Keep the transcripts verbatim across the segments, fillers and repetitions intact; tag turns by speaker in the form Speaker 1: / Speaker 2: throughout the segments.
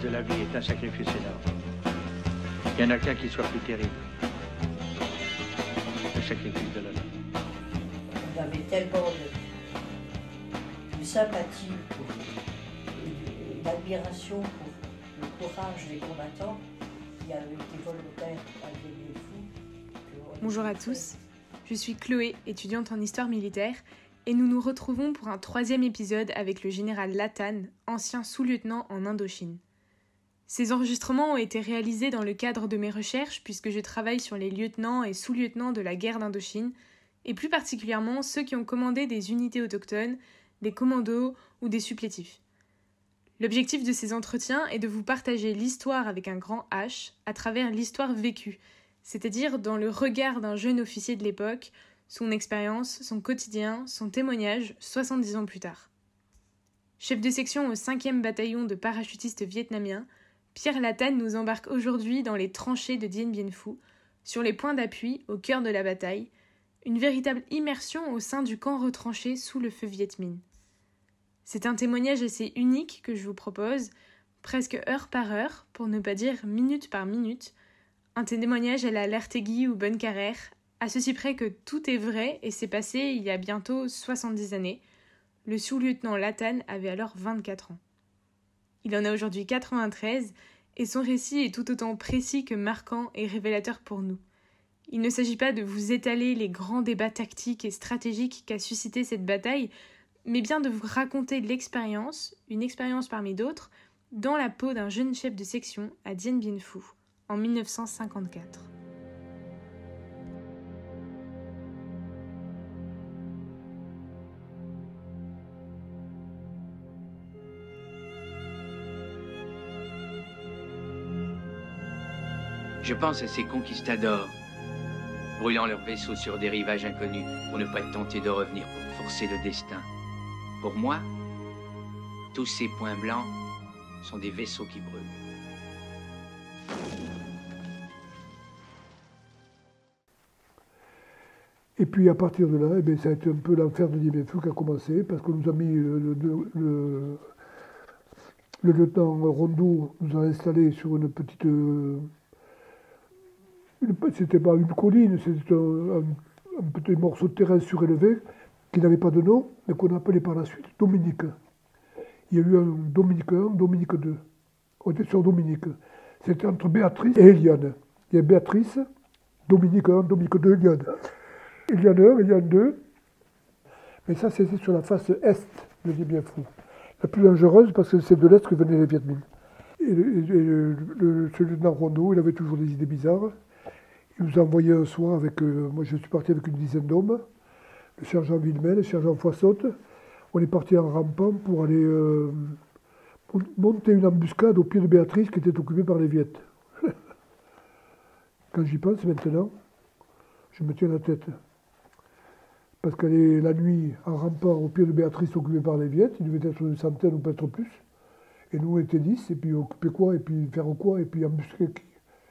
Speaker 1: de la vie est un sacrifice énorme. Il n'y en a qu'un qui soit plus terrible. Le sacrifice de la vie.
Speaker 2: On avait tellement de, de sympathie pour, et d'admiration pour le courage des combattants qui avaient été volontaires à Dien Bien Phu.
Speaker 3: Bonjour à tous, je suis Chloé, étudiante en histoire militaire, et nous nous retrouvons pour un troisième épisode avec le général Latane, ancien sous-lieutenant en Indochine. Ces enregistrements ont été réalisés dans le cadre de mes recherches puisque je travaille sur les lieutenants et sous-lieutenants de la guerre d'Indochine, et plus particulièrement ceux qui ont commandé des unités autochtones, des commandos ou des supplétifs. L'objectif de ces entretiens est de vous partager l'histoire avec un grand H à travers l'histoire vécue, c'est-à-dire dans le regard d'un jeune officier de l'époque, son expérience, son quotidien, son témoignage, soixante-dix ans plus tard. Chef de section au cinquième bataillon de parachutistes vietnamiens, Pierre Latane nous embarque aujourd'hui dans les tranchées de Dien Bien Phu, sur les points d'appui au cœur de la bataille, une véritable immersion au sein du camp retranché sous le feu Viet Minh. C'est un témoignage assez unique que je vous propose, presque heure par heure, pour ne pas dire minute par minute, un témoignage à la Lertéguy ou Bonne Carrère, à ceci près que tout est vrai et s'est passé il y a bientôt soixante-dix années. Le sous-lieutenant Latane avait alors vingt-quatre ans. Il en a aujourd'hui quatre-vingt-treize et son récit est tout autant précis que marquant et révélateur pour nous. Il ne s'agit pas de vous étaler les grands débats tactiques et stratégiques qu'a suscité cette bataille, mais bien de vous raconter l'expérience, une expérience parmi d'autres, dans la peau d'un jeune chef de section à Dien Bien Phu, en mille neuf cent cinquante-quatre.
Speaker 4: Je pense à ces conquistadors, brûlant leurs vaisseaux sur des rivages inconnus pour ne pas être tentés de revenir pour forcer le destin. Pour moi, tous ces points blancs sont des vaisseaux qui brûlent.
Speaker 5: Et puis à partir de là, eh bien, ça a été un peu l'enfer de Dien Bien Phu qui a commencé, parce qu'on nous a mis le, le, le, le lieutenant Rondeau nous a installés sur une petite... Une, c'était pas une colline, c'était un, un, un petit morceau de terrain surélevé qui n'avait pas de nom, mais qu'on appelait par la suite Dominique. Il y a eu un Dominique un, Dominique deux. On était sur Dominique. C'était entre Béatrice et Eliane. Il y a Béatrice, Dominique un, Dominique deux, Eliane. Eliane un, Eliane deux. Mais ça, c'était sur la face est de Dien Bien Phu. La plus dangereuse parce que c'est de l'est que venaient les Viet Minh. Et, et, et le, le, ce lieutenant Rondeau, il avait toujours des idées bizarres. Il nous a envoyé un soir avec, euh, moi je suis parti avec une dizaine d'hommes, le sergent Villemel, le sergent Foissotte. On est parti en rampant pour aller euh, monter une embuscade au pied de Béatrice qui était occupée par les Viettes. Quand j'y pense maintenant, je me tiens la tête. Parce qu'elle est la nuit en rampant au pied de Béatrice occupée par les Viettes, il devait être une centaine ou peut-être plus. Et nous on était dix, et puis occuper quoi, et puis faire quoi, et puis embusquer qui.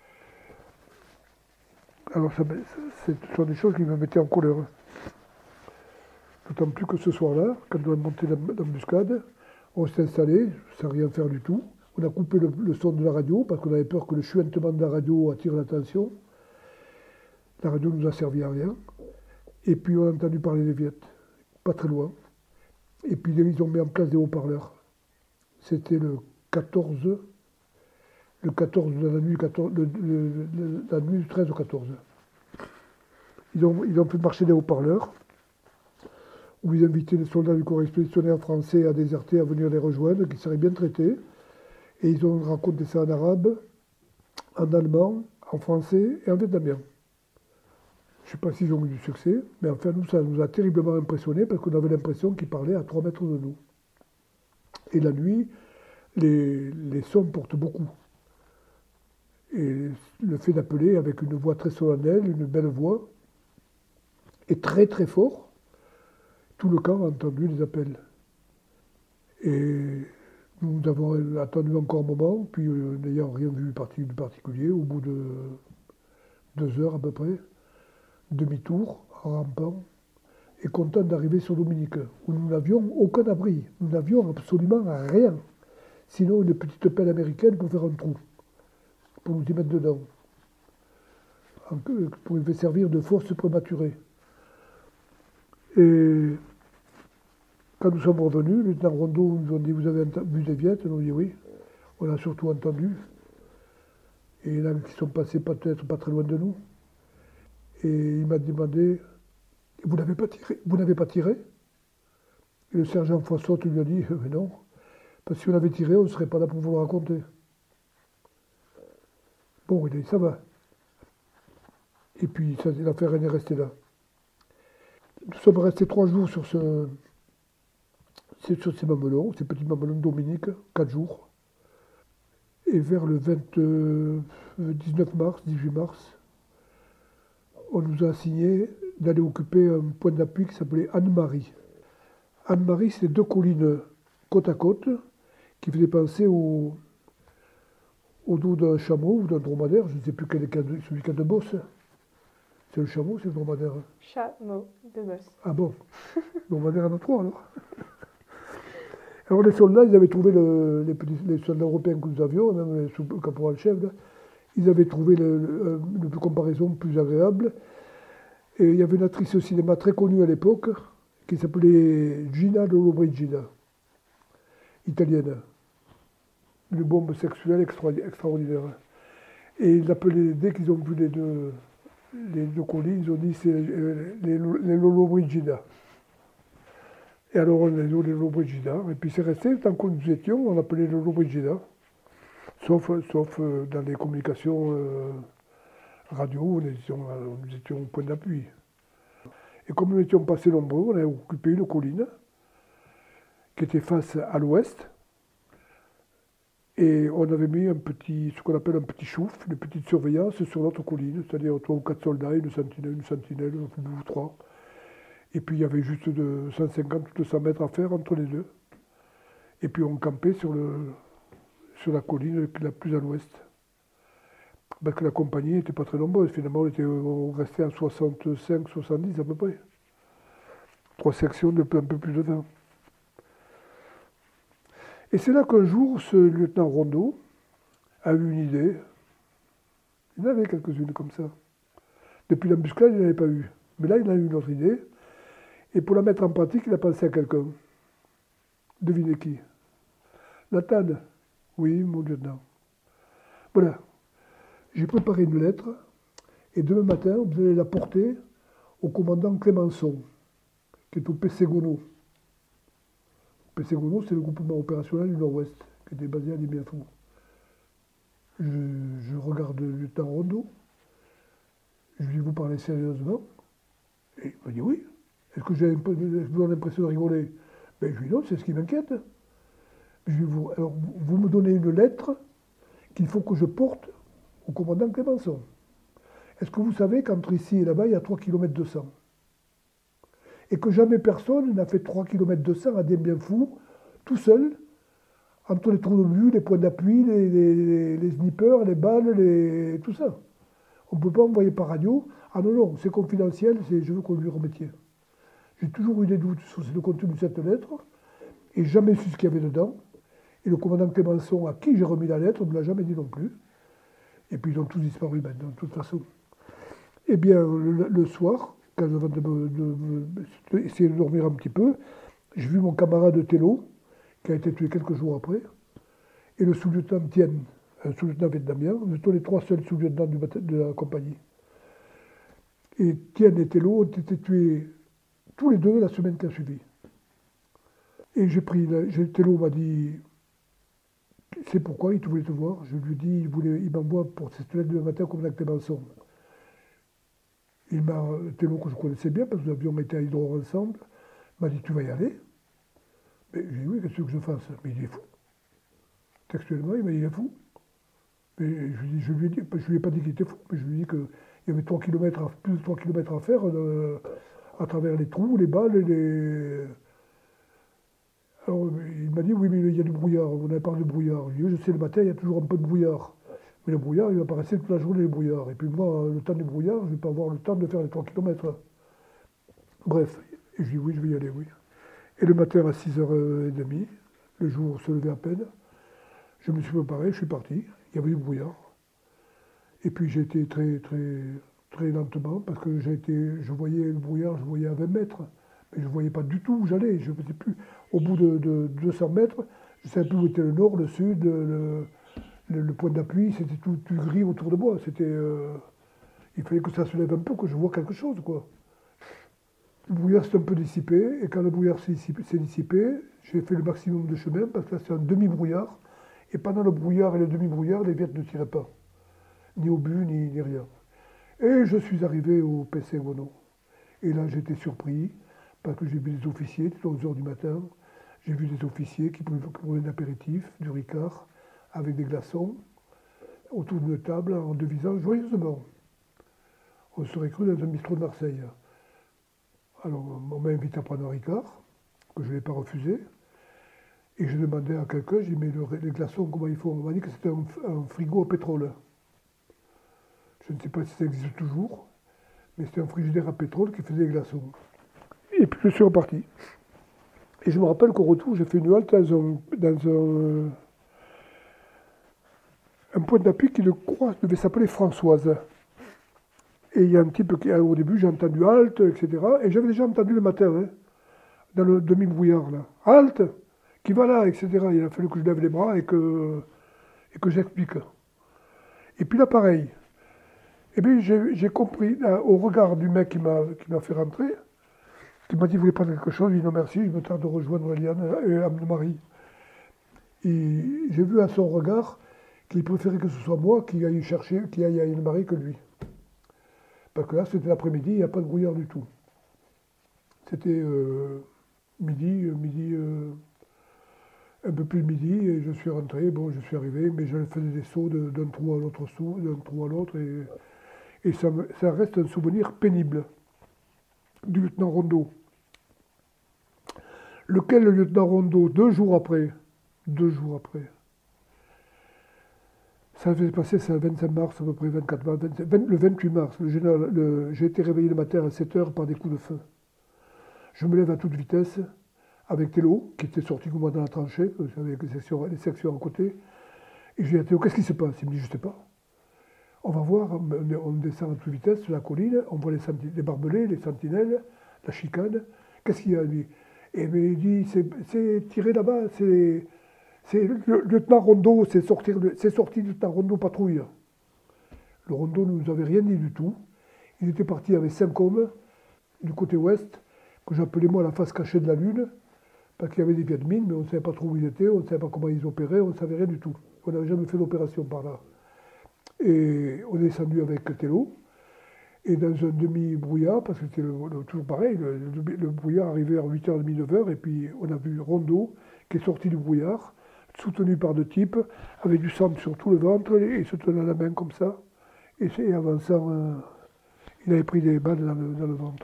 Speaker 5: Alors, ça, ce sont des choses qui me mettaient en colère. D'autant plus que ce soir-là, quand on a monté l'embuscade, on s'est installé, sans rien faire du tout. On a coupé le, le son de la radio, parce qu'on avait peur que le chuintement de la radio attire l'attention. La radio nous a servi à rien. Et puis, on a entendu parler des Viettes, pas très loin. Et puis, ils ont mis en place des haut-parleurs. C'était le quatorze... Le quatorze, la nuit, quatorze, le, le, le, la nuit du treize au quatorze. Ils ont, ils ont fait marcher des haut-parleurs, où ils invitaient les soldats du corps expéditionnaire français à déserter, à venir les rejoindre, qui seraient bien traités. Et ils ont raconté ça en arabe, en allemand, en français et en vietnamien. Je ne sais pas s'ils ont eu du succès, mais enfin, nous, ça nous a terriblement impressionnés, parce qu'on avait l'impression qu'ils parlaient à trois mètres de nous. Et la nuit, les, les sons portent beaucoup. Et le fait d'appeler avec une voix très solennelle, une belle voix, et très très fort, tout le camp a entendu les appels. Et nous avons attendu encore un moment, puis euh, n'ayant rien vu de particulier, au bout de deux heures à peu près, demi-tour, en rampant, et content d'arriver sur Dominique, où nous n'avions aucun abri, nous n'avions absolument rien. sinon une petite pelle américaine pour faire un trou, pour nous y mettre dedans, pour nous servir de force prématurée. Et quand nous sommes revenus, le lieutenant Rondeau nous a dit, vous avez vu des Viettes? Nous avons dit oui, on a surtout entendu. Et il y en a qui sont passés peut-être pas très loin de nous. Et il m'a demandé, vous n'avez pas tiré? Vous n'avez pas tiré? Et le sergent François lui a dit, mais non, parce que si on avait tiré, on ne serait pas là pour vous le raconter. Bon, il a dit, ça va. Et puis l'affaire est restée là. Nous sommes restés trois jours sur, ce, sur ces mamelons, ces petits mamelons Dominique, quatre jours. Et vers le vingt, euh, dix-neuf mars, dix-huit mars, on nous a assigné d'aller occuper un point d'appui qui s'appelait Anne-Marie. Anne-Marie, c'est deux collines côte à côte qui faisaient penser au, au dos d'un chameau ou d'un dromadaire. Je ne sais plus quel est celui qui a de bosse. C'est le chameau, c'est le dromadaire.
Speaker 3: Chameau de bosse.
Speaker 5: Ah bon? Dromadaire en a trois alors. Alors les soldats, ils avaient trouvé, le, les, petits, les soldats européens que nous avions, même les sous- le caporal-chef, là, ils avaient trouvé le, le, une comparaison plus agréable. Et il y avait une actrice au cinéma très connue à l'époque, qui s'appelait Gina Lollobrigida, italienne. Une bombe sexuelle extra, extraordinaire. Et ils l'appelaient, dès qu'ils ont vu les deux, les deux collines, ils ont dit c'est les, les, les Lollobrigida. Et alors on les a les Lollobrigida. Et puis c'est resté, tant que nous étions, on appelait les Lollobrigida. Sauf, sauf euh, dans les communications euh, radio, où nous étions, nous étions au point d'appui. Et comme nous étions passés nombreux, on a occupé une colline qui était face à l'ouest. Et on avait mis un petit, ce qu'on appelle un petit chouf, une petite surveillance sur notre colline, c'est-à-dire trois ou quatre soldats, une sentinelle, une sentinelle, deux ou trois. Et puis il y avait juste de cent cinquante ou deux cents mètres à faire entre les deux. Et puis on campait sur, le, sur la colline la plus à l'ouest. Parce que la compagnie n'était pas très nombreuse. Finalement, on, était, on restait à soixante-cinq soixante-dix à peu près. Trois sections de un peu plus de vingt. Et c'est là qu'un jour, ce lieutenant Rondeau a eu une idée. Il en avait quelques-unes comme ça. Depuis l'embuscade, il n'en avait pas eu. Mais là, il a eu une autre idée. Et pour la mettre en pratique, il a pensé à quelqu'un. Devinez qui? Lathan. Oui, mon lieutenant. Voilà. J'ai préparé une lettre. Et demain matin, vous allez la porter au commandant Clémenceau, qui est au Pességono. Pességono, c'est le groupement opérationnel du Nord-Ouest, qui était basé à Liméafou. Je, je regarde le lieutenant Rondeau. Je lui dis, vous parlez sérieusement? Et il m'a dit oui. Est-ce que j'ai l'impression de rigoler? Ben, je lui dis non, c'est ce qui m'inquiète. Je lui dis, vous, alors, vous me donnez une lettre qu'il faut que je porte au commandant Clémenceau. Est-ce que vous savez qu'entre ici et là-bas, il y a trois kilomètres deux cents? Et que jamais personne n'a fait trois kilomètres deux cents à Dien Bien Phu, tout seul, entre les trous de vue, les points d'appui, les, les, les snipers, les balles, les, tout ça. On ne peut pas envoyer par radio. Ah non, non, c'est confidentiel, c'est, je veux qu'on lui remettiez. J'ai toujours eu des doutes sur le contenu de cette lettre, et jamais su ce qu'il y avait dedans. Et le commandant Clémenceau, à qui j'ai remis la lettre, ne me l'a jamais dit non plus. Et puis ils ont tous disparu maintenant, de toute façon. Eh bien, le, le soir, quand je venais de, de, de, de essayer de dormir un petit peu, j'ai vu mon camarade Tello, qui a été tué quelques jours après, et le sous-lieutenant Tien, un sous-lieutenant vietnamien. Nous étions les trois seuls sous-lieutenants de la compagnie. Et Tien et Tello ont été tués tous les deux la semaine qui a suivi. Et j'ai pris, Tello m'a dit, c'est pourquoi il voulait te voir. Je lui ai dit, il, voulait, il m'envoie pour cette lettre de matin comme la Clémenceau. Il m'a, Tello que je connaissais bien, parce que nous avions été à Hydro ensemble, m'a dit, tu vas y aller? Mais j'ai dit, oui, qu'est-ce que je fasse? Mais il est fou. Textuellement, il m'a dit, il est fou. Mais je, lui, je lui ai dit, je lui ai pas dit qu'il était fou, mais je lui ai dit qu'il y avait trois kilomètres à, plus de trois kilomètres à faire euh, à travers les trous, les balles et les... Alors, il m'a dit, oui, mais il y a du brouillard, on avait parlé de brouillard. Je lui ai dit, je sais, le matin, il y a toujours un peu de brouillard. Mais le brouillard, il va pas rester toute la journée, le brouillard. Et puis moi, le temps du brouillard, je ne vais pas avoir le temps de faire les trois kilomètres. Bref, et je lui ai dit, oui, je vais y aller, oui. Et le matin, à six heures trente, le jour se levait à peine, Je me suis préparé, je suis parti. Il y avait du brouillard. Et puis j'ai été très, très, très lentement parce que j'ai été, je voyais le brouillard, je voyais à vingt mètres. Mais je ne voyais pas du tout où j'allais. Je ne sais plus. Au bout de, de deux cents mètres, je ne savais plus où était le nord, le sud, le, le, le point d'appui. C'était tout, tout gris autour de moi. C'était, euh, il fallait que ça se lève un peu, que je vois quelque chose, quoi. Le brouillard s'est un peu dissipé. Et quand le brouillard s'est dissipé, s'est dissipé, j'ai fait le maximum de chemin parce que là, c'est un demi-brouillard. Et pendant le brouillard et le demi-brouillard, les viettes ne tiraient pas. Ni au but, ni, ni rien. Et je suis arrivé au P C Wono. Et là, j'étais surpris. Parce que j'ai vu des officiers, c'était onze heures du matin, j'ai vu des officiers qui prenaient un apéritif, du Ricard, avec des glaçons, autour d'une table, en devisant joyeusement. On serait cru dans un bistrot de Marseille. Alors, on m'a invité à prendre un Ricard, que je n'ai pas refusé, et je demandais à quelqu'un, j'ai dit, mais le, les glaçons, comment ils font? On m'a dit que c'était un, un frigo à pétrole. Je ne sais pas si ça existe toujours, mais c'était un frigidaire à pétrole qui faisait des glaçons. Et puis je suis reparti. Et je me rappelle qu'au retour, j'ai fait une halte dans un, dans un, un point d'appui qui, je crois, devait s'appeler Françoise. Et il y a un type qui, au début, j'ai entendu halte, et cetera. Et j'avais déjà entendu le matin, hein, dans le demi-brouillard, là. Halte, qui va là, et cetera. Il a fallu que je lève les bras et que, et que j'explique. Et puis là, pareil. Et bien, j'ai, j'ai compris, là, au regard du mec qui m'a, qui m'a fait rentrer, qui m'a dit, vous voulez prendre quelque chose? J'ai dit, non, merci, je me tarde de rejoindre Eliane et Anne-Marie. Et j'ai vu à son regard qu'il préférait que ce soit moi qui aille chercher, qui aille à Anne-Marie que lui. Parce que là, c'était l'après-midi, il n'y a pas de brouillard du tout. C'était euh, midi, midi, euh, un peu plus de midi, et je suis rentré, bon, je suis arrivé, mais je faisais des sauts de, d'un trou à l'autre, d'un trou à l'autre, et, et ça, me, ça reste un souvenir pénible du lieutenant Rondeau. Lequel le lieutenant Rondeau, deux jours après, deux jours après, ça s'est passé, c'est le vingt-cinq mars, à peu près vingt-quatre mars, vingt, vingt, le vingt-huit mars, le général, le, j'ai été réveillé le matin à sept heures par des coups de feu. Je me lève à toute vitesse, avec Thélo, qui était sorti comme moi dans la tranchée, avec les sections, les sections à côté, et je dis à Thélo, qu'est-ce qui se passe? Il me dit, je ne sais pas. On va voir, on descend à toute vitesse sur la colline, on voit les, les barbelés, les sentinelles, la chicane, qu'est-ce qu'il y a, lui? Et bien, il dit, c'est, c'est tiré là-bas, c'est, c'est le lieutenant Rondeau, c'est sorti, c'est sorti le lieutenant Rondeau patrouille. Le Rondeau ne nous avait rien dit du tout. Il était parti avec cinq hommes du côté ouest, que j'appelais moi la face cachée de la Lune, parce qu'il y avait des Viet Minh, mais on ne savait pas trop où ils étaient, on ne savait pas comment ils opéraient, on ne savait rien du tout. On n'avait jamais fait d'opération par là. Et on est descendu avec Thélo. Et dans un demi-brouillard, parce que c'était le, le, toujours pareil, le, le, le brouillard arrivait à huit heures trente, neuf heures, et puis on a vu Rondeau qui est sorti du brouillard, soutenu par deux types, avec du sang sur tout le ventre, et se tenant la main comme ça, et, et avançant, euh, il avait pris des balles dans le, dans le ventre.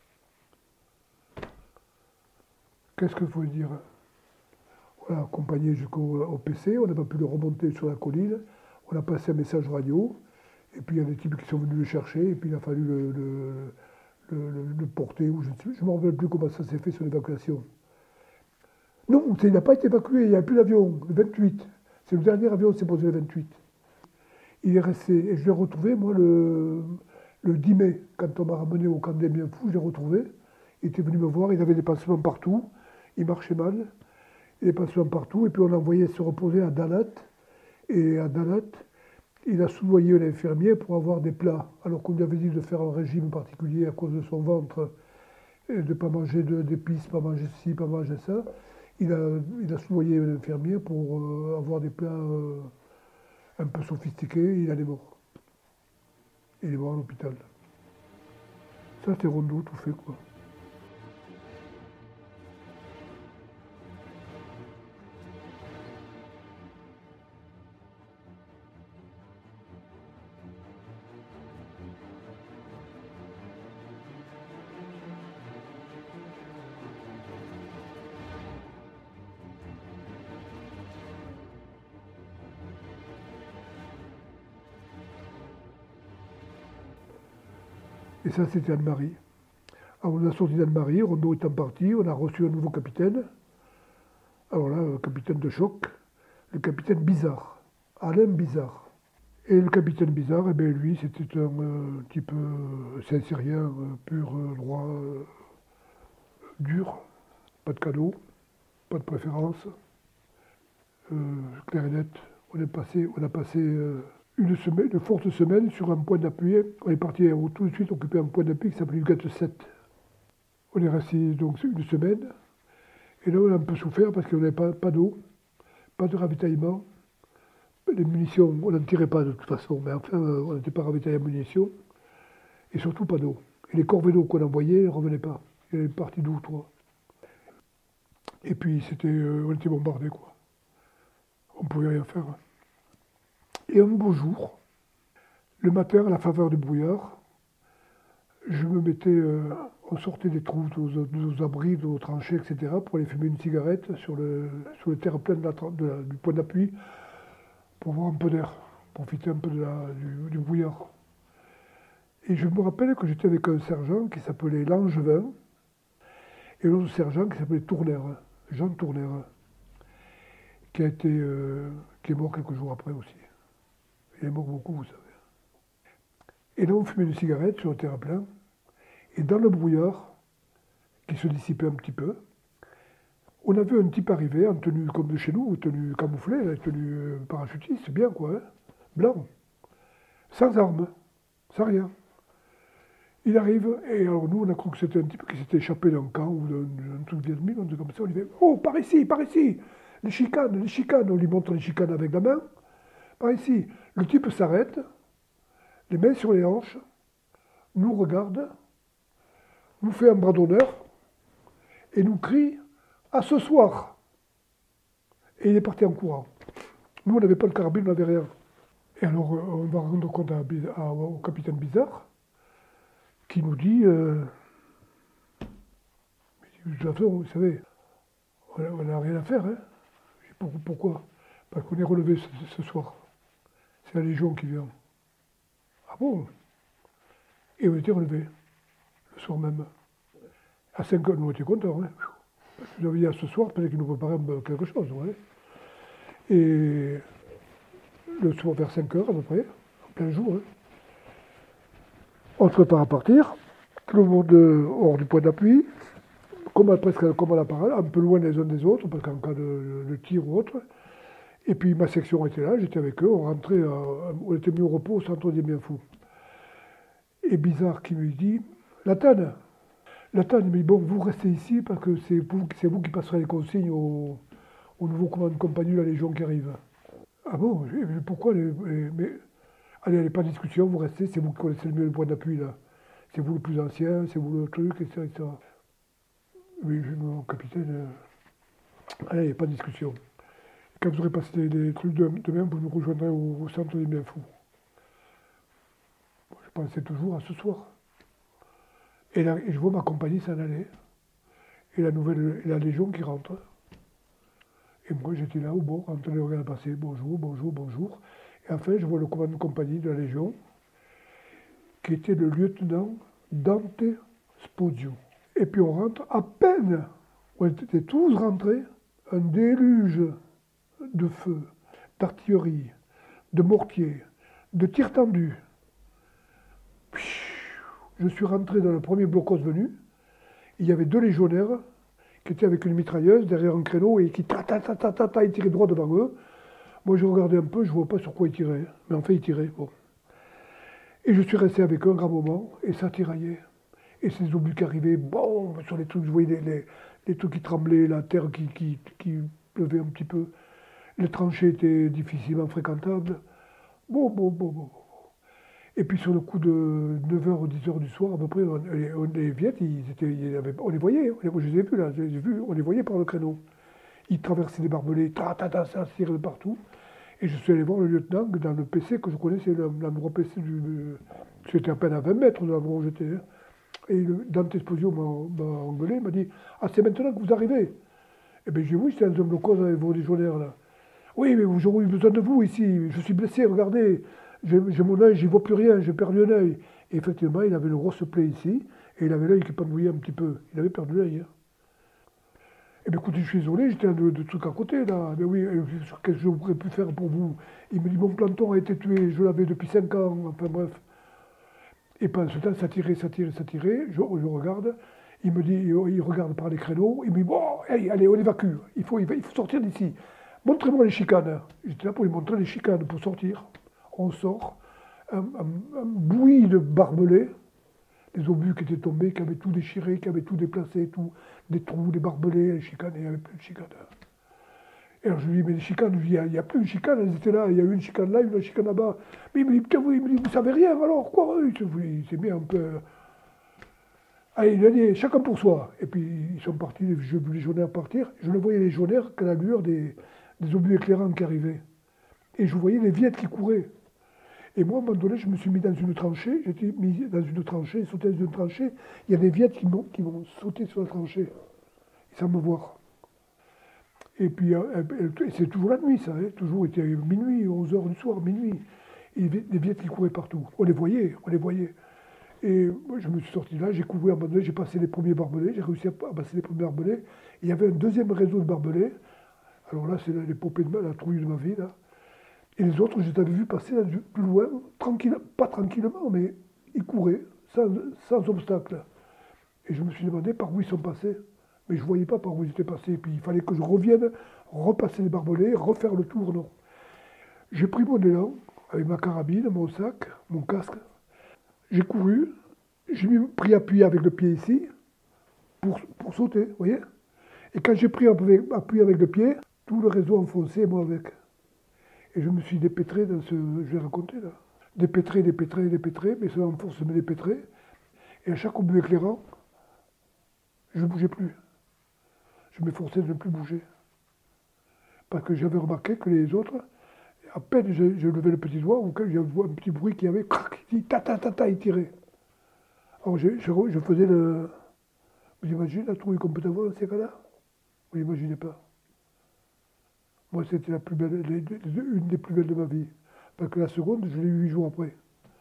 Speaker 5: Qu'est-ce qu'il faut dire? Voilà, accompagné jusqu'au au P C, on n'a pas pu le remonter sur la colline, on a passé un message radio, et puis il y a des types qui sont venus le chercher, et puis il a fallu le, le, le, le, le porter, ou je ne me rappelle plus comment ça s'est fait sur l'évacuation. Non, il n'a pas été évacué, il n'y a plus d'avion, le vingt-huit. C'est le dernier avion qui s'est posé le vingt-huit. Il est resté, et je l'ai retrouvé, moi, le, le dix mai, quand on m'a ramené au camp des Bienfous, je l'ai retrouvé. Il était venu me voir, il avait des pansements partout, il marchait mal, il avait des pansements partout, et puis on l'a envoyé se reposer à Dalat, et à Dalat, il a soudoyé l'infirmier pour avoir des plats, alors qu'on lui avait dit de faire un régime particulier à cause de son ventre, et de ne pas manger d'épices, pas manger ci, pas manger ça. Il a, il a soudoyé l'infirmier pour euh, avoir des plats euh, un peu sophistiqués, il en est mort. Il est mort à l'hôpital. Ça, c'est Rondeau, tout fait, quoi. Et ça, c'était Anne-Marie. Alors, on a sorti d'Anne-Marie, Rondeau étant parti, on a reçu un nouveau capitaine. Alors là, un capitaine de choc, le capitaine Bizarre, Alain Bizarre. Et le capitaine Bizarre, eh bien, lui, c'était un euh, type euh, saint-cyrien, euh, pur, euh, droit, euh, dur, pas de cadeau, pas de préférence, euh, clair et net. On, est passé, on a passé euh, une, semaine, une forte semaine sur un point d'appui. On est parti euh, tout de suite occuper un point d'appui qui s'appelait Huguette sept. On est resté donc une semaine. Et là, on a un peu souffert parce qu'on n'avait pas, pas d'eau, pas de ravitaillement. Les munitions, on n'en tirait pas de toute façon, mais enfin, euh, on n'était pas ravitaillé en munitions. Et surtout pas d'eau. Et les corvées d'eau qu'on envoyait ne revenaient pas. Il y avait une partie deux ou trois. Et puis, c'était, euh, on était bombardés, quoi. On ne pouvait rien faire. Et un beau jour, le matin, à la faveur du brouillard, je me mettais, euh, on sortait des trous, de nos, de nos abris, de nos tranchées, et cetera, pour aller fumer une cigarette sur le, sur le terre-plein de la, de la, du point d'appui, pour voir un peu d'air, profiter un peu de la, du, du brouillard. Et je me rappelle que j'étais avec un sergent qui s'appelait Langevin, et l'autre sergent qui s'appelait Tourner, Jean Tourner, qui a été, euh, qui est mort quelques jours après aussi. Il est mort beaucoup, vous savez. Et là, on fumait une cigarette sur le terre-plein, et dans le brouillard, qui se dissipait un petit peu, on a vu un type arriver en tenue comme de chez nous, tenue camouflée, là, tenue euh, parachutiste, bien quoi, hein, blanc, sans armes, sans rien. Il arrive, et alors nous, on a cru que c'était un type qui s'était échappé d'un camp ou d'un truc vietnamien, un truc comme ça. On lui dit « Oh, par ici, par ici, les chicanes, les chicanes !» On lui montre les chicanes avec la main. Par ici, le type s'arrête, les mains sur les hanches, nous regarde, nous fait un bras d'honneur, et nous crie « À ce soir !» Et il est parti en courant. Nous, on n'avait pas le carabine, on n'avait rien. Et alors, on va rendre compte à, à, au capitaine Bizarre, qui nous dit, euh, de toute façon, vous savez, on n'a rien à faire. Hein. Je dis, pourquoi? Parce qu'on est relevé ce, ce soir. C'est la Légion qui vient. Ah bon? Et on était relevés, le soir même. À cinq heures, nous on était contents. Hein. Parce que nous avions dit à ce soir, peut-être qu'ils nous préparaient quelque chose. Ouais. Et le soir, vers cinq heures à peu près, en plein jour, hein. On se prépare à partir, tout le monde hors du point d'appui, comme, presque comme à la parade, un peu loin les uns des autres, parce qu'en cas de, de tir ou autre. Et puis ma section était là, j'étais avec eux, on rentrait, à, on était mis au repos au centre des Bienfous. Et Bizarre qui me dit, Latane, Latane, mais bon, vous restez ici parce que c'est vous, c'est vous qui passerez les consignes au, au nouveau commandant de compagnie de la Légion qui arrive. Ah bon, pourquoi les, les, mais, allez, allez, pas de discussion, vous restez, c'est vous qui connaissez le mieux le point d'appui, là. C'est vous le plus ancien, c'est vous le truc, et cetera et cetera. Mais je dis, mon capitaine, euh, allez, pas de discussion. Quand vous aurez passé des, des trucs de, demain, vous nous rejoindrez au, au centre des Bienfous. Bon, je pensais toujours à ce soir. Et, là, et je vois ma compagnie s'en aller. Et la nouvelle, et la Légion qui rentre. Et moi, j'étais là au bord, en train de regarder passer, bonjour, bonjour, bonjour. Et enfin, je vois le commandant de compagnie de la Légion, qui était le lieutenant Dante Spodio. Et puis on rentre, à peine, on était tous rentrés, un déluge de feu, d'artillerie, de mortiers, de tirs tendus. Je suis rentré dans le premier blocos venu, il y avait deux légionnaires qui étaient avec une mitrailleuse derrière un créneau et qui ta ta ta ta ta ta, ils tiraient droit devant eux. Moi, je regardais un peu, je ne vois pas sur quoi ils tiraient. Mais enfin, ils tiraient. Bon. Et je suis resté avec eux un grand moment, et ça tiraillait. Et ces obus qui arrivaient, bon, sur les trucs, je voyais les, les, les trucs qui tremblaient, la terre qui, qui, qui pleuvait un petit peu. Les tranchées étaient difficilement fréquentables. Bon, bon, bon, bon. Et puis, sur le coup de neuf heures ou dix heures du soir, à peu près, on, on, les Viettes, ils étaient, ils avaient, on les voyait. On les, je les ai vus, là, je les ai vus, on les voyait par le créneau. Ils traversaient des barbelés, ta ta ta, ça tirait de partout. Et je suis allé voir le lieutenant dans le P C que je connaissais, l'endroit P C du. J'étais à peine à vingt mètres de l'endroit où j'étais. Et le, Dante Esposito m'a engueulé, m'a dit ah, c'est maintenant que vous arrivez. Eh bien, j'ai dit oui, c'est un homme de cause avec vos légionnaires là. Oui, mais j'aurais eu besoin de vous ici. Je suis blessé, regardez. J'ai mon œil, j'y vois plus rien, j'ai perdu un œil. Et effectivement, il avait une grosse plaie ici, et il avait l'œil qui pendouillait un petit peu. Il avait perdu l'œil. Hein. Eh bien, écoutez, je suis désolé, j'étais de, de trucs à côté, là. Mais oui, euh, qu'est-ce que je pourrais plus faire pour vous? Il me dit, mon planton a été tué, je l'avais depuis cinq ans, enfin bref. Et pendant ce temps, ça tirait, ça tirait, ça tirait, je, je regarde, il me dit, il regarde par les créneaux, il me dit, bon, hey, allez, on évacue, il faut, il faut sortir d'ici. Montrez-moi les chicanes. J'étais là pour lui montrer les chicanes, pour sortir. On sort, un, un, un bouilli de barbelés, des obus qui étaient tombés, qui avaient tout déchiré, qui avaient tout déplacé, tout, des trous, des barbelés, les chicanes, et il n'y avait plus de chicanes. Et alors je lui dis, mais les chicanes, il n'y a, a plus de chicanes, elles étaient là, il y a eu une chicane là, une chicane là-bas. Mais il me dit, putain, vous, il me dit, vous savez rien, alors quoi? Il s'est mis un peu... Allez, il a dit, chacun pour soi. Et puis ils sont partis, j'ai vu les légionnaires partir, je ne voyais les légionnaires qu'à la lueur des, des obus éclairants qui arrivaient. Et je voyais les viettes qui couraient. Et moi, à un moment donné, je me suis mis dans une tranchée, j'étais mis dans une tranchée, sauté dans une tranchée, il y a des viettes qui m'ont, qui m'ont sauté sur la tranchée, sans me voir. Et puis, euh, c'est toujours la nuit, ça, hein, toujours, il était minuit, onze heures du soir, minuit. Et des viettes qui couraient partout. On les voyait, on les voyait. Et moi, je me suis sorti de là, j'ai couru à un moment donné, j'ai passé les premiers barbelés, j'ai réussi à passer les premiers barbelés. Et il y avait un deuxième réseau de barbelés. Alors là, c'est l'épopée de ma, la trouille de ma vie, là. Et les autres, je les avais vus passer là, plus loin, tranquille, pas tranquillement, mais ils couraient, sans, sans obstacle. Et je me suis demandé par où ils sont passés. Mais je ne voyais pas par où ils étaient passés. Et puis il fallait que je revienne, repasser les barbelés, refaire le tour, non. J'ai pris mon élan, avec ma carabine, mon sac, mon casque. J'ai couru, j'ai pris appui avec le pied ici, pour, pour sauter, vous voyez. Et quand j'ai pris appui avec le pied, tout le réseau enfoncé, et moi avec. Et je me suis dépêtré dans ce... Je vais raconter, là. Dépêtré, dépêtré, dépêtré, mais ça enfonce me dépêtrer. Et à chaque obus éclairant, je ne bougeais plus. Je m'efforçais de ne plus bouger. Parce que j'avais remarqué que les autres, à peine je, je levais le petit doigt, ou quand j'avais un petit bruit qui avait, crac, ta ta ta ta, il tirait. Alors je, je, je faisais le... Vous imaginez la trouille qu'on peut avoir dans ces cas-là? Vous n'imaginez pas. Moi, c'était la plus belle, une des plus belles de ma vie. Parce que la seconde, je l'ai eu huit jours après.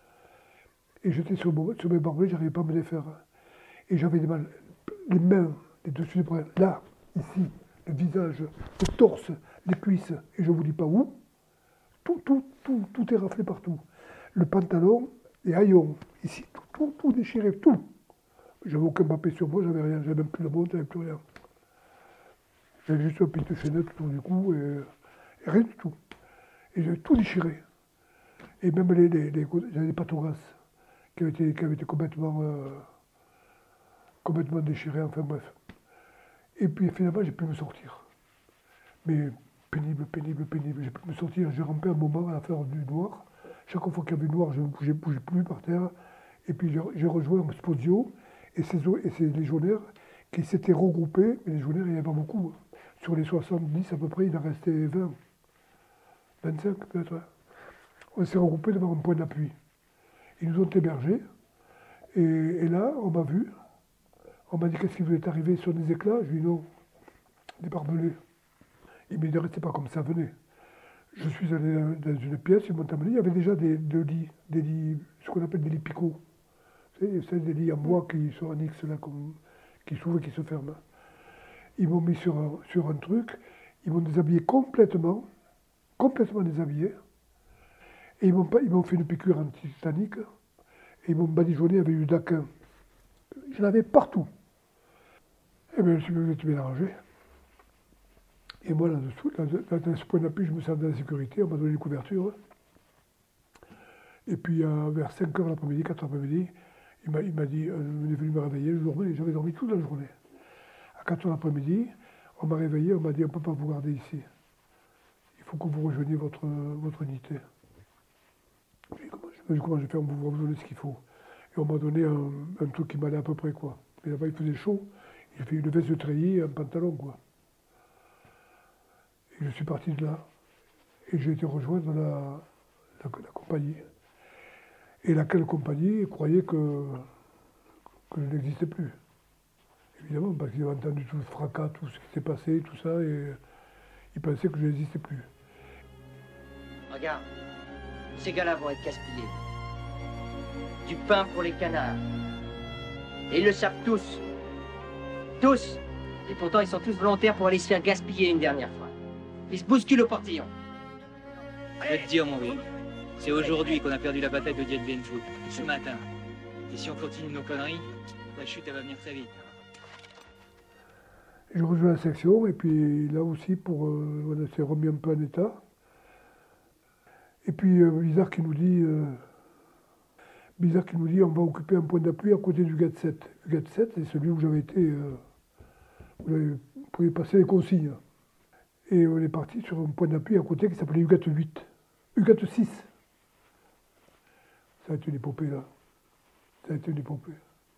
Speaker 5: Et j'étais sur, sur mes barbelés, je n'arrivais pas à me les faire. Et j'avais des mal, les mains, les dessus des bras, là, ici, le visage, le torse, les cuisses, et je ne vous dis pas où. Tout, tout, tout, tout est raflé partout. Le pantalon, les haillons, ici, tout, tout, tout déchiré, tout. J'avais aucun papier sur moi, j'avais rien, j'avais même plus de montre, j'avais plus rien. J'avais juste un petit chaînette autour du cou, et, et rien du tout. Et j'avais tout déchiré. Et même les, les, les j'avais des patogasses qui avaient été, qui avaient été complètement, euh, complètement déchirés, enfin bref. Et puis finalement, j'ai pu me sortir. Mais pénible, pénible, pénible. J'ai pu me sortir, j'ai rampé un moment à la fin du noir. Chaque fois qu'il y avait du noir, je ne bougeais, bougeais plus par terre. Et puis j'ai rejoint un Sposio et ces, et ces légionnaires qui s'étaient regroupés. Mais les légionnaires, il n'y en avait pas beaucoup. Sur les soixante-dix à peu près, il en restait vingt. vingt-cinq peut-être. Ouais. On s'est regroupés devant un point d'appui. Ils nous ont hébergés. Et, et là, on m'a vu. On m'a dit, qu'est-ce qui vous est arrivé sur des éclats? Je lui ai dit, non, des barbelés. Il m'a dit, ne restez pas comme ça, venez. Je suis allé dans une pièce, ils m'ont amené, il y avait déjà des, des lits, des lits, ce qu'on appelle des lits picots. Vous savez, des lits en bois qui sont en X, là, comme, qui s'ouvrent et qui se ferment. Ils m'ont mis sur un, sur un truc, ils m'ont déshabillé complètement, complètement déshabillé. Et ils m'ont, ils m'ont fait une piqûre anti-tétanique, et ils m'ont badigeonné avec du daquin. Je l'avais partout. Et bien, je me suis bien arrangé. Et moi, là-dessous, là, dans ce point d'appui, je me sens dans la sécurité, on m'a donné une couverture. Et puis, euh, vers cinq heures l'après-midi, quatre heures l'après-midi, il m'a, il m'a dit, euh, il est venu me réveiller, je dormais, j'avais dormi toute la journée. À quatre heures l'après-midi, on m'a réveillé, on m'a dit, on ne peut pas vous garder ici. Il faut que vous rejoigniez votre, votre unité. Je me dis, comment je vais faire, on va vous donner ce qu'il faut. Et on m'a donné un, un truc qui m'allait à peu près, quoi. Et là-bas, il faisait chaud, j'ai fait une veste de treillis et un pantalon, quoi. Et je suis parti de là, et j'ai été rejoindre la, la, la compagnie. Et laquelle compagnie croyait que, que je n'existais plus. Évidemment, parce qu'ils avaient entendu tout le fracas, tout ce qui s'est passé, tout ça, et ils pensaient que je n'existais plus.
Speaker 6: Regarde, ces gars-là vont être casse-pieds. Du pain pour les canards. Et ils le savent tous. Tous. Et pourtant, ils sont tous volontaires pour aller se faire gaspiller une dernière fois. Ils se bousculent au portillon.
Speaker 7: Je vais te dire, mon vieux, c'est aujourd'hui qu'on a perdu la bataille de Dien Bien Phu, ce matin. Et si on continue nos conneries, la chute, elle va venir très vite.
Speaker 5: Je rejoins la section, et puis là aussi, pour, euh, on s'est remis un peu en état. Et puis, euh, Bizarre qui nous dit, euh, Bizarre qui nous dit, on va occuper un point d'appui à côté du G A T sept. Le G A T sept, c'est celui où j'avais été, euh, où vous pouvez passer les consignes. Et on est parti sur un point d'appui à côté qui s'appelait U G A T huit. U G A T six. Ça a été une épopée, là. Ça a été une épopée.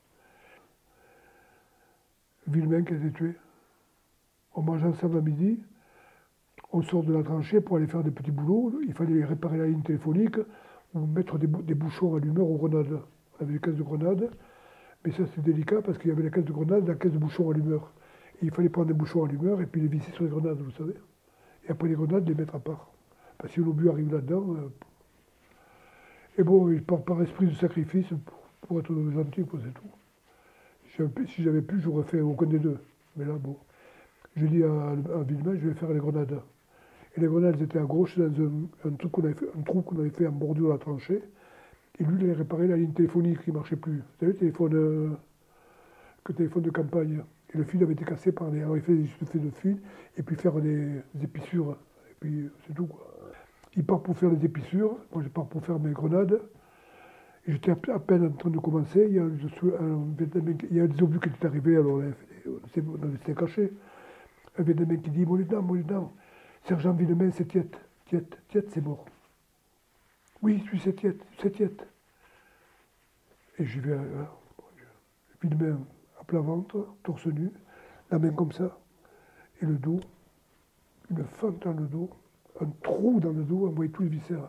Speaker 5: Villemain qui a été tué. On mange ensemble à midi. On sort de la tranchée pour aller faire des petits boulots. Il fallait réparer la ligne téléphonique ou mettre des, bou des bouchons allumeurs aux grenades. On avait des caisses de grenades. Mais ça, c'est délicat parce qu'il y avait la caisse de grenades et la caisse de bouchons allumeurs. Et il fallait prendre des bouchons allumeurs et puis les visser sur les grenades, vous savez. Et après les grenades, les mettre à part. Parce que si l'obus arrive là-dedans. Euh... Et bon, par, par esprit de sacrifice, pour, pour être gentil, quoi, c'est tout. Si j'avais pu, j'aurais fait aucun des deux. Mais là, bon. J'ai dit à, à Villemain, je vais faire les grenades. Et les grenades étaient à gauche dans un, un, truc qu'on avait fait, un trou qu'on avait fait en bordure de la tranchée. Et lui, il avait réparé la ligne téléphonique qui ne marchait plus. Vous savez, le téléphone, euh, le téléphone de campagne. Et le fil avait été cassé par les... Alors il fait juste fait de fil, et puis faire des, des épissures. Et puis c'est tout, quoi. Il part pour faire les épissures, moi je pars pour faire mes grenades. Et j'étais à peine en train de commencer, il y a, je suis, un, il y a des obus qui étaient arrivés, alors on s'était cachés. Un Vietnamien qui dit, mon lieutenant, mon lieutenant, sergent Villemain, c'est Tiette. Tiette, Tiette, c'est mort. Oui, je suis c'est Tiette, c'est Tiette. Et j'y vais, là, Villemain à plat ventre, torse nu, la main comme ça, et le dos, une fente dans le dos, un trou dans le dos, on voyait tous les viscères.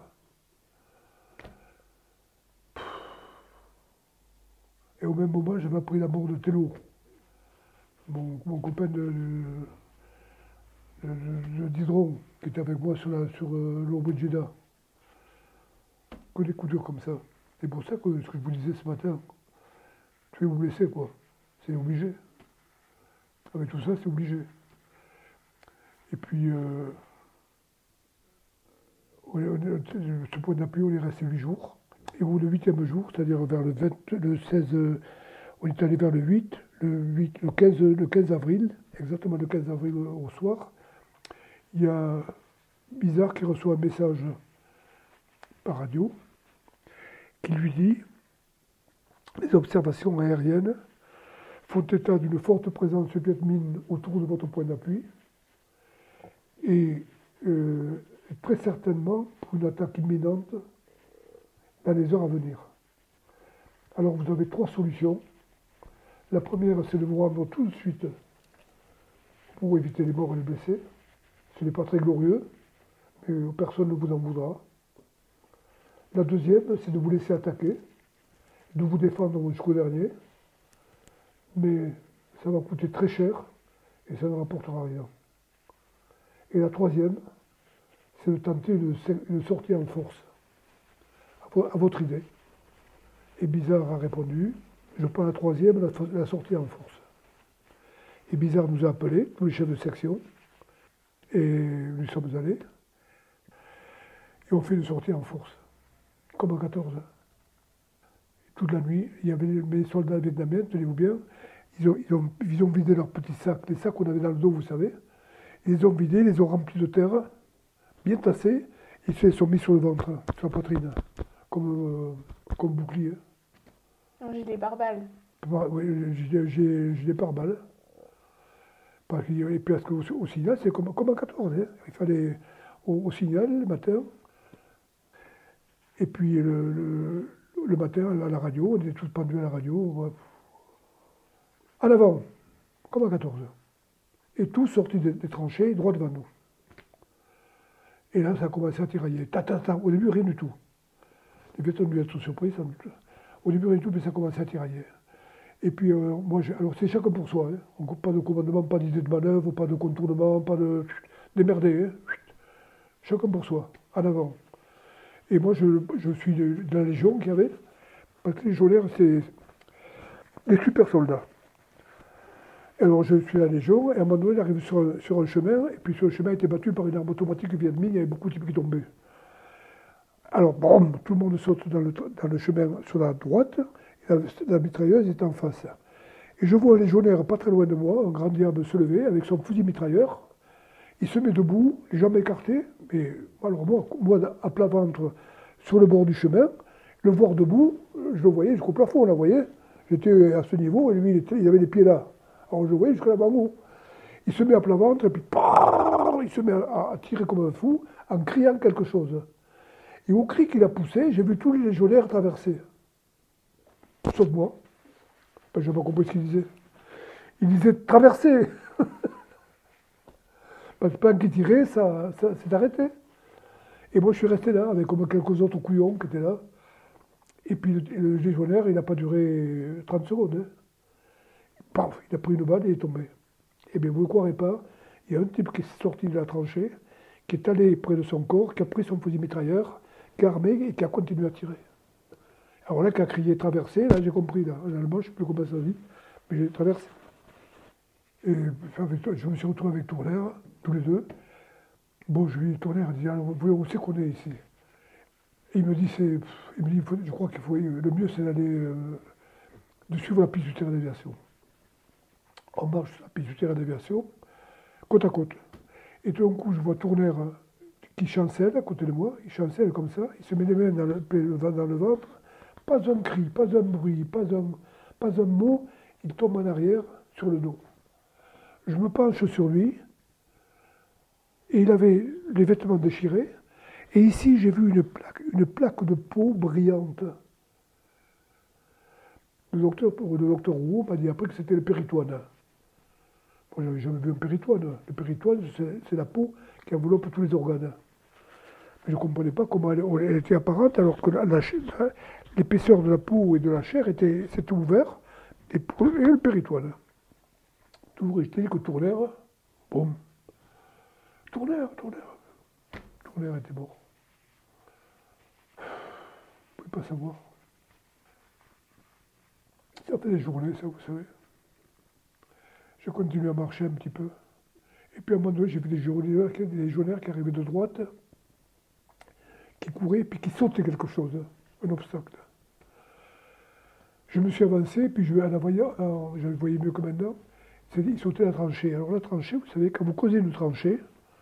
Speaker 5: Et au même moment, j'avais appris la mort de Tello, mon, mon copain de... Le, le, le Didron, qui était avec moi sur, la, sur euh, l'Orbe de Jeddah. Que des coups durs comme ça. C'est pour ça que ce que je vous disais ce matin, tu vais vous blesser, quoi. C'est obligé. Avec tout ça, c'est obligé. Et puis, euh, on est, on est, ce point d'appui, on est resté huit jours. Et au le huitième jour, c'est-à-dire vers le, vingt, le seize, euh, on est allé vers le huit, le, huit, le, quinze, le quinze avril, exactement le quinze avril au soir. Il y a Bizarre qui reçoit un message par radio qui lui dit « Les observations aériennes font état d'une forte présence vietmine autour de votre point d'appui et euh, très certainement pour une attaque imminente dans les heures à venir. Alors vous avez trois solutions. La première, c'est de vous rendre tout de suite pour éviter les morts et les blessés. Ce n'est pas très glorieux, mais personne ne vous en voudra. La deuxième, c'est de vous laisser attaquer, de vous défendre jusqu'au dernier, mais ça va coûter très cher et ça ne rapportera rien. Et la troisième, c'est de tenter une, une sortie en force, à votre idée. Et Bizarre a répondu, je prends la troisième, la, la sortie en force. Et Bizarre nous a appelés, tous les chefs de section, et nous sommes allés, et on fait une sortie en force, comme en quatorze. Toute la nuit, il y avait mes soldats vietnamiens, tenez-vous bien, ils ont, ils, ont, ils ont vidé leurs petits sacs, les sacs qu'on avait dans le dos, vous savez, ils les ont vidés, ils les ont remplis de terre, bien tassés, ils se les sont mis sur le ventre, sur la poitrine, comme, euh, comme bouclier.
Speaker 3: Non, j'ai des pare-balles.
Speaker 5: Oui, j'ai des pare-balles. Et puis parce qu'au au signal, c'est comme, comme en quatorze. Hein. Il fallait au, au signal le matin. Et puis le, le, le matin, à la radio, on était tous pendus à la radio. En avant, comme en quatorze. Et tous sortis des, des tranchées, droit devant nous. Et là, ça a commencé à tirailler. Ta, ta, ta. Au début, rien du tout. Les Vietnamiens devaient être surpris, sans doute. Au début, rien du tout, mais ça a commencé à tirailler. Et puis, euh, moi, alors c'est chacun pour soi. Hein. Pas de commandement, pas d'idée de manœuvre, pas de contournement, pas de... Démerdez. Hein. Chacun pour soi, en avant. Et moi, je, je suis de, de la Légion qu'il y avait, parce que les légionnaires, c'est des super soldats. Et alors je suis à la Légion, et à un moment donné, j'arrive sur, un- sur un chemin, et puis sur le chemin a été battu par une arme automatique qui vient de mine, il y avait beaucoup de types qui tombaient. Alors, bon, tout le monde saute dans le, dans le chemin sur la droite, et la, la mitrailleuse est en face. Et je vois un légionnaire pas très loin de moi, un grand diable se lever avec son fusil mitrailleur. Il se met debout, les jambes écartées, mais alors moi, moi à plat ventre, sur le bord du chemin, le voir debout, je le voyais jusqu'au plafond, là, vous voyez. J'étais à ce niveau, et lui, il, était, il avait les pieds là. Alors je le voyais jusqu'à là-bas en haut. Il se met à plat ventre, et puis pah, il se met à, à tirer comme un fou, en criant quelque chose. Et au cri qu'il a poussé, j'ai vu tous les légionnaires traverser. Sauf moi. Ben, je n'ai pas compris ce qu'il disait. Il disait traverser. Parce que pendant qu'il tirait, ça, ça s'est arrêté. Et moi, je suis resté là, avec comme quelques autres couillons qui étaient là. Et puis le, le légionnaire, il n'a pas duré trente secondes. Hein. Paf, il a pris une balle et il est tombé. Eh bien, vous ne croirez pas, il y a un type qui est sorti de la tranchée, qui est allé près de son corps, qui a pris son fusil mitrailleur, qui a armé et qui a continué à tirer. Alors là, qui a crié traversé, là j'ai compris, là, en allemand, je ne sais plus comment ça dit, mais j'ai traversé. Et je me suis retrouvé avec Tournaire, tous les deux. Bon, je lui dis, Tournaire, il dit, alors, où c'est qu'on est ici? Et il me dit, c'est, il me dit, je crois qu'il faut, le mieux c'est d'aller, euh, de suivre la piste du terrain d'aviation. On marche sur la piste du terrain d'aviation, côte à côte. Et tout d'un coup, je vois Tournaire qui chancelle à côté de moi, il chancelle comme ça, il se met les mains dans le, dans le ventre, pas un cri, pas un bruit, pas un, pas un mot, il tombe en arrière sur le dos. Je me penche sur lui, et il avait les vêtements déchirés, et ici j'ai vu une plaque, une plaque de peau brillante. Le docteur, le docteur Roux m'a dit après que c'était le péritoine. Moi, j'avais jamais vu un péritoine. Le péritoine, c'est la peau qui enveloppe tous les organes. Mais je ne comprenais pas comment elle, elle était apparente alors que l'épaisseur de la peau et de la chair était, s'était ouvert et, et le péritoine. Toujours, je t'ai dit que Tournaire, boum. Tournaire, Tournaire. Tournaire était mort. Je ne pouvais pas savoir. Ça fait des journées, ça, vous savez. Je continue à marcher un petit peu. Et puis à un moment donné, j'ai vu des légionnaires, des légionnaires qui arrivaient de droite, qui couraient, puis qui sautaient quelque chose, un obstacle. Je me suis avancé, puis je, en la voyant, alors, je le voyais mieux que maintenant, ils sautaient la tranchée. Alors la tranchée, vous savez, quand vous creusez une tranchée,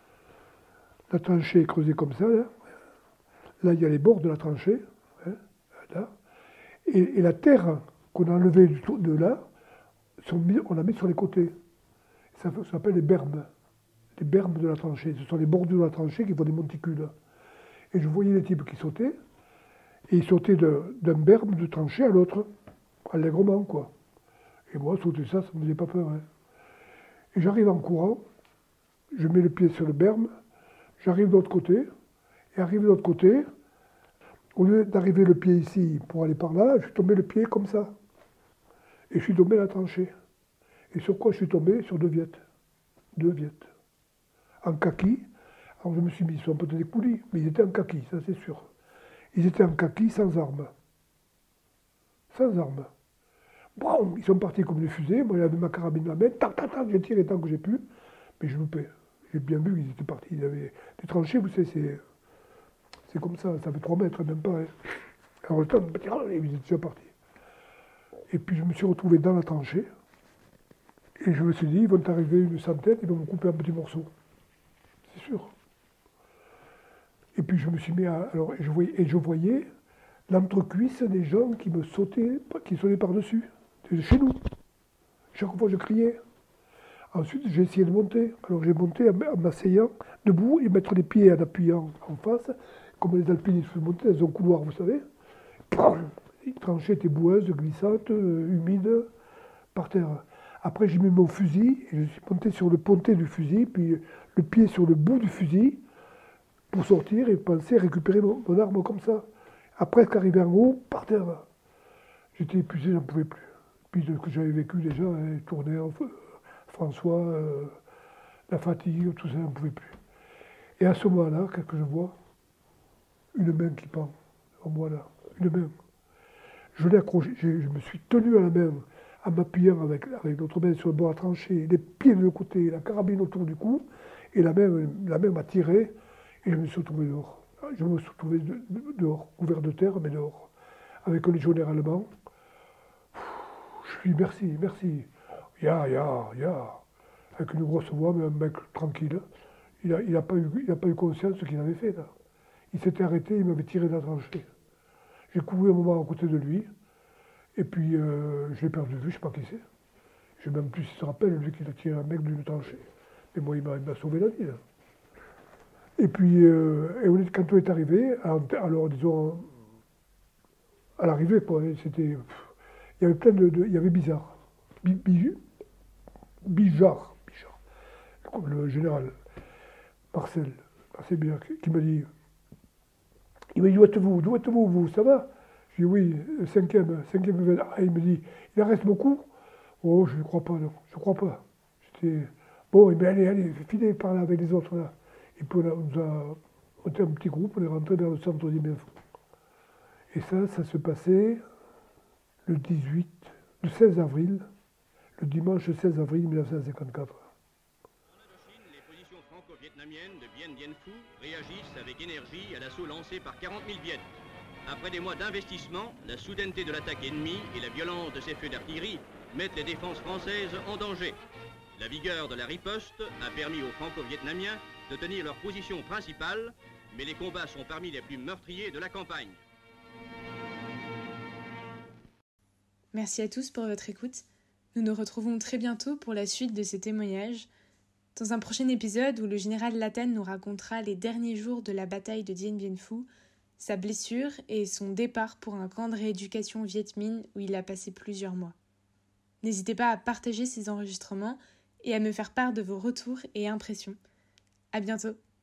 Speaker 5: la tranchée est creusée comme ça, là, là il y a les bords de la tranchée, hein, là, et, et la terre qu'on a enlevée de là, on la met sur les côtés. Ça, ça s'appelle les bermes. Les bermes de la tranchée. Ce sont les bordures de la tranchée qui font des monticules. Et je voyais les types qui sautaient, et ils sautaient d'un berme de tranchée à l'autre, allègrement, quoi. Et moi, sauter ça, ça ne me faisait pas peur. Hein. Et j'arrive en courant, je mets le pied sur le berme, j'arrive de l'autre côté, et arrive de l'autre côté, au lieu d'arriver le pied ici pour aller par là, je suis tombé le pied comme ça. Et je suis tombé à la tranchée. Et sur quoi je suis tombé? Sur deux viettes. Deux viettes. En kaki. Alors je me suis mis, ils sont peut-être des coulis, mais ils étaient en kaki, ça c'est sûr. Ils étaient en kaki sans armes. Sans armes. Bon, ils sont partis comme des fusées, moi j'avais ma carabine à la main, tac, tac, tac, j'ai tiré tant que j'ai pu, mais je loupais. J'ai bien vu qu'ils étaient partis. Ils avaient des tranchées, vous savez, c'est, c'est comme ça, ça fait trois mètres, même pas. Hein. Alors le temps de tirer, ils étaient déjà partis. Et puis je me suis retrouvé dans la tranchée, et je me suis dit, ils vont arriver une centaine, ils vont me couper en petits morceaux. C'est sûr. Et puis je me suis mis à... Alors, et je voyais, et je voyais l'entrecuisse des gens qui me sautaient, qui sautaient par-dessus. C'était chez nous. Chaque fois je criais. Ensuite j'ai essayé de monter. Alors j'ai monté en m'asseyant debout et mettre les pieds en appuyant en face, comme les alpinistes se montaient dans un couloir, vous savez. Les tranchées étaient boueuses, glissantes, humides, par terre. Après, j'ai mis mon fusil, et je suis monté sur le pontet du fusil, puis le pied sur le bout du fusil, pour sortir et penser récupérer mon, mon arme comme ça. Après, qu'arrivé en haut, par terre. J'étais épuisé, j'en pouvais plus. Puis ce que j'avais vécu déjà, hein, tourner, François, euh, la fatigue, tout ça, j'en pouvais plus. Et à ce moment-là, qu'est-ce que je vois? Une main qui pend, en moi là, une main. Je l'ai accroché, je me suis tenu à la main en m'appuyant avec, avec notre main sur le bord à trancher, les pieds de l'autre côté, la carabine autour du cou, et la main, la main m'a tiré, et je me suis retrouvé dehors. Je me suis retrouvé de, de, dehors, couvert de terre, mais dehors, avec un légionnaire allemand. Je lui dis merci, merci. Ya, ya, ya. Avec une grosse voix, mais un mec tranquille. Il n'a il a pas, pas eu conscience de ce qu'il avait fait, là. Il s'était arrêté, il m'avait tiré de la tranchée. J'ai couru un moment à côté de lui, et puis euh, je l'ai perdu de vue, je ne sais pas qui c'est. Je ne sais même plus s'il se rappelle, lui, qu'il a tiré un mec d'une tranchée. Mais moi, il m'a, il m'a sauvé la vie, là. Et puis, euh, et on est, quand on est arrivé, alors, alors disons, à l'arrivée, quoi, c'était, pff, il y avait plein de, de il y avait Bizarre, Bi, Bi, Bijard, Bijard, le général Marcel, Marcel Bijard, qui me dit, il me dit, d'où êtes-vous, d'où êtes-vous, vous, ça va? Je dis, oui, cinquième, cinquième, ah, il me dit, il en reste beaucoup? Oh, je ne crois pas, non, je ne crois pas. J'étais, bon, il me dit, allez, allez, filez par là avec les autres, là. Et puis on, a, on, a, on était un petit groupe, on est rentré vers le centre Dien Bien Phu. Et ça, ça se passait le dix-huit, le seize avril, le dimanche seize avril mille neuf cent cinquante-quatre.
Speaker 8: En Indochine, les positions franco-vietnamiennes de Dien Bien Phu réagissent avec énergie à l'assaut lancé par quarante mille Viet. Après des mois d'investissement, la soudaineté de l'attaque ennemie et la violence de ses feux d'artillerie mettent les défenses françaises en danger. La vigueur de la riposte a permis aux franco-vietnamiens de tenir leur position principale, mais les combats sont parmi les plus meurtriers de la campagne.
Speaker 3: Merci à tous pour votre écoute. Nous nous retrouvons très bientôt pour la suite de ces témoignages, dans un prochain épisode où le général Latan nous racontera les derniers jours de la bataille de Dien Bien Phu, sa blessure et son départ pour un camp de rééducation Viet Minh où il a passé plusieurs mois. N'hésitez pas à partager ces enregistrements et à me faire part de vos retours et impressions. À bientôt.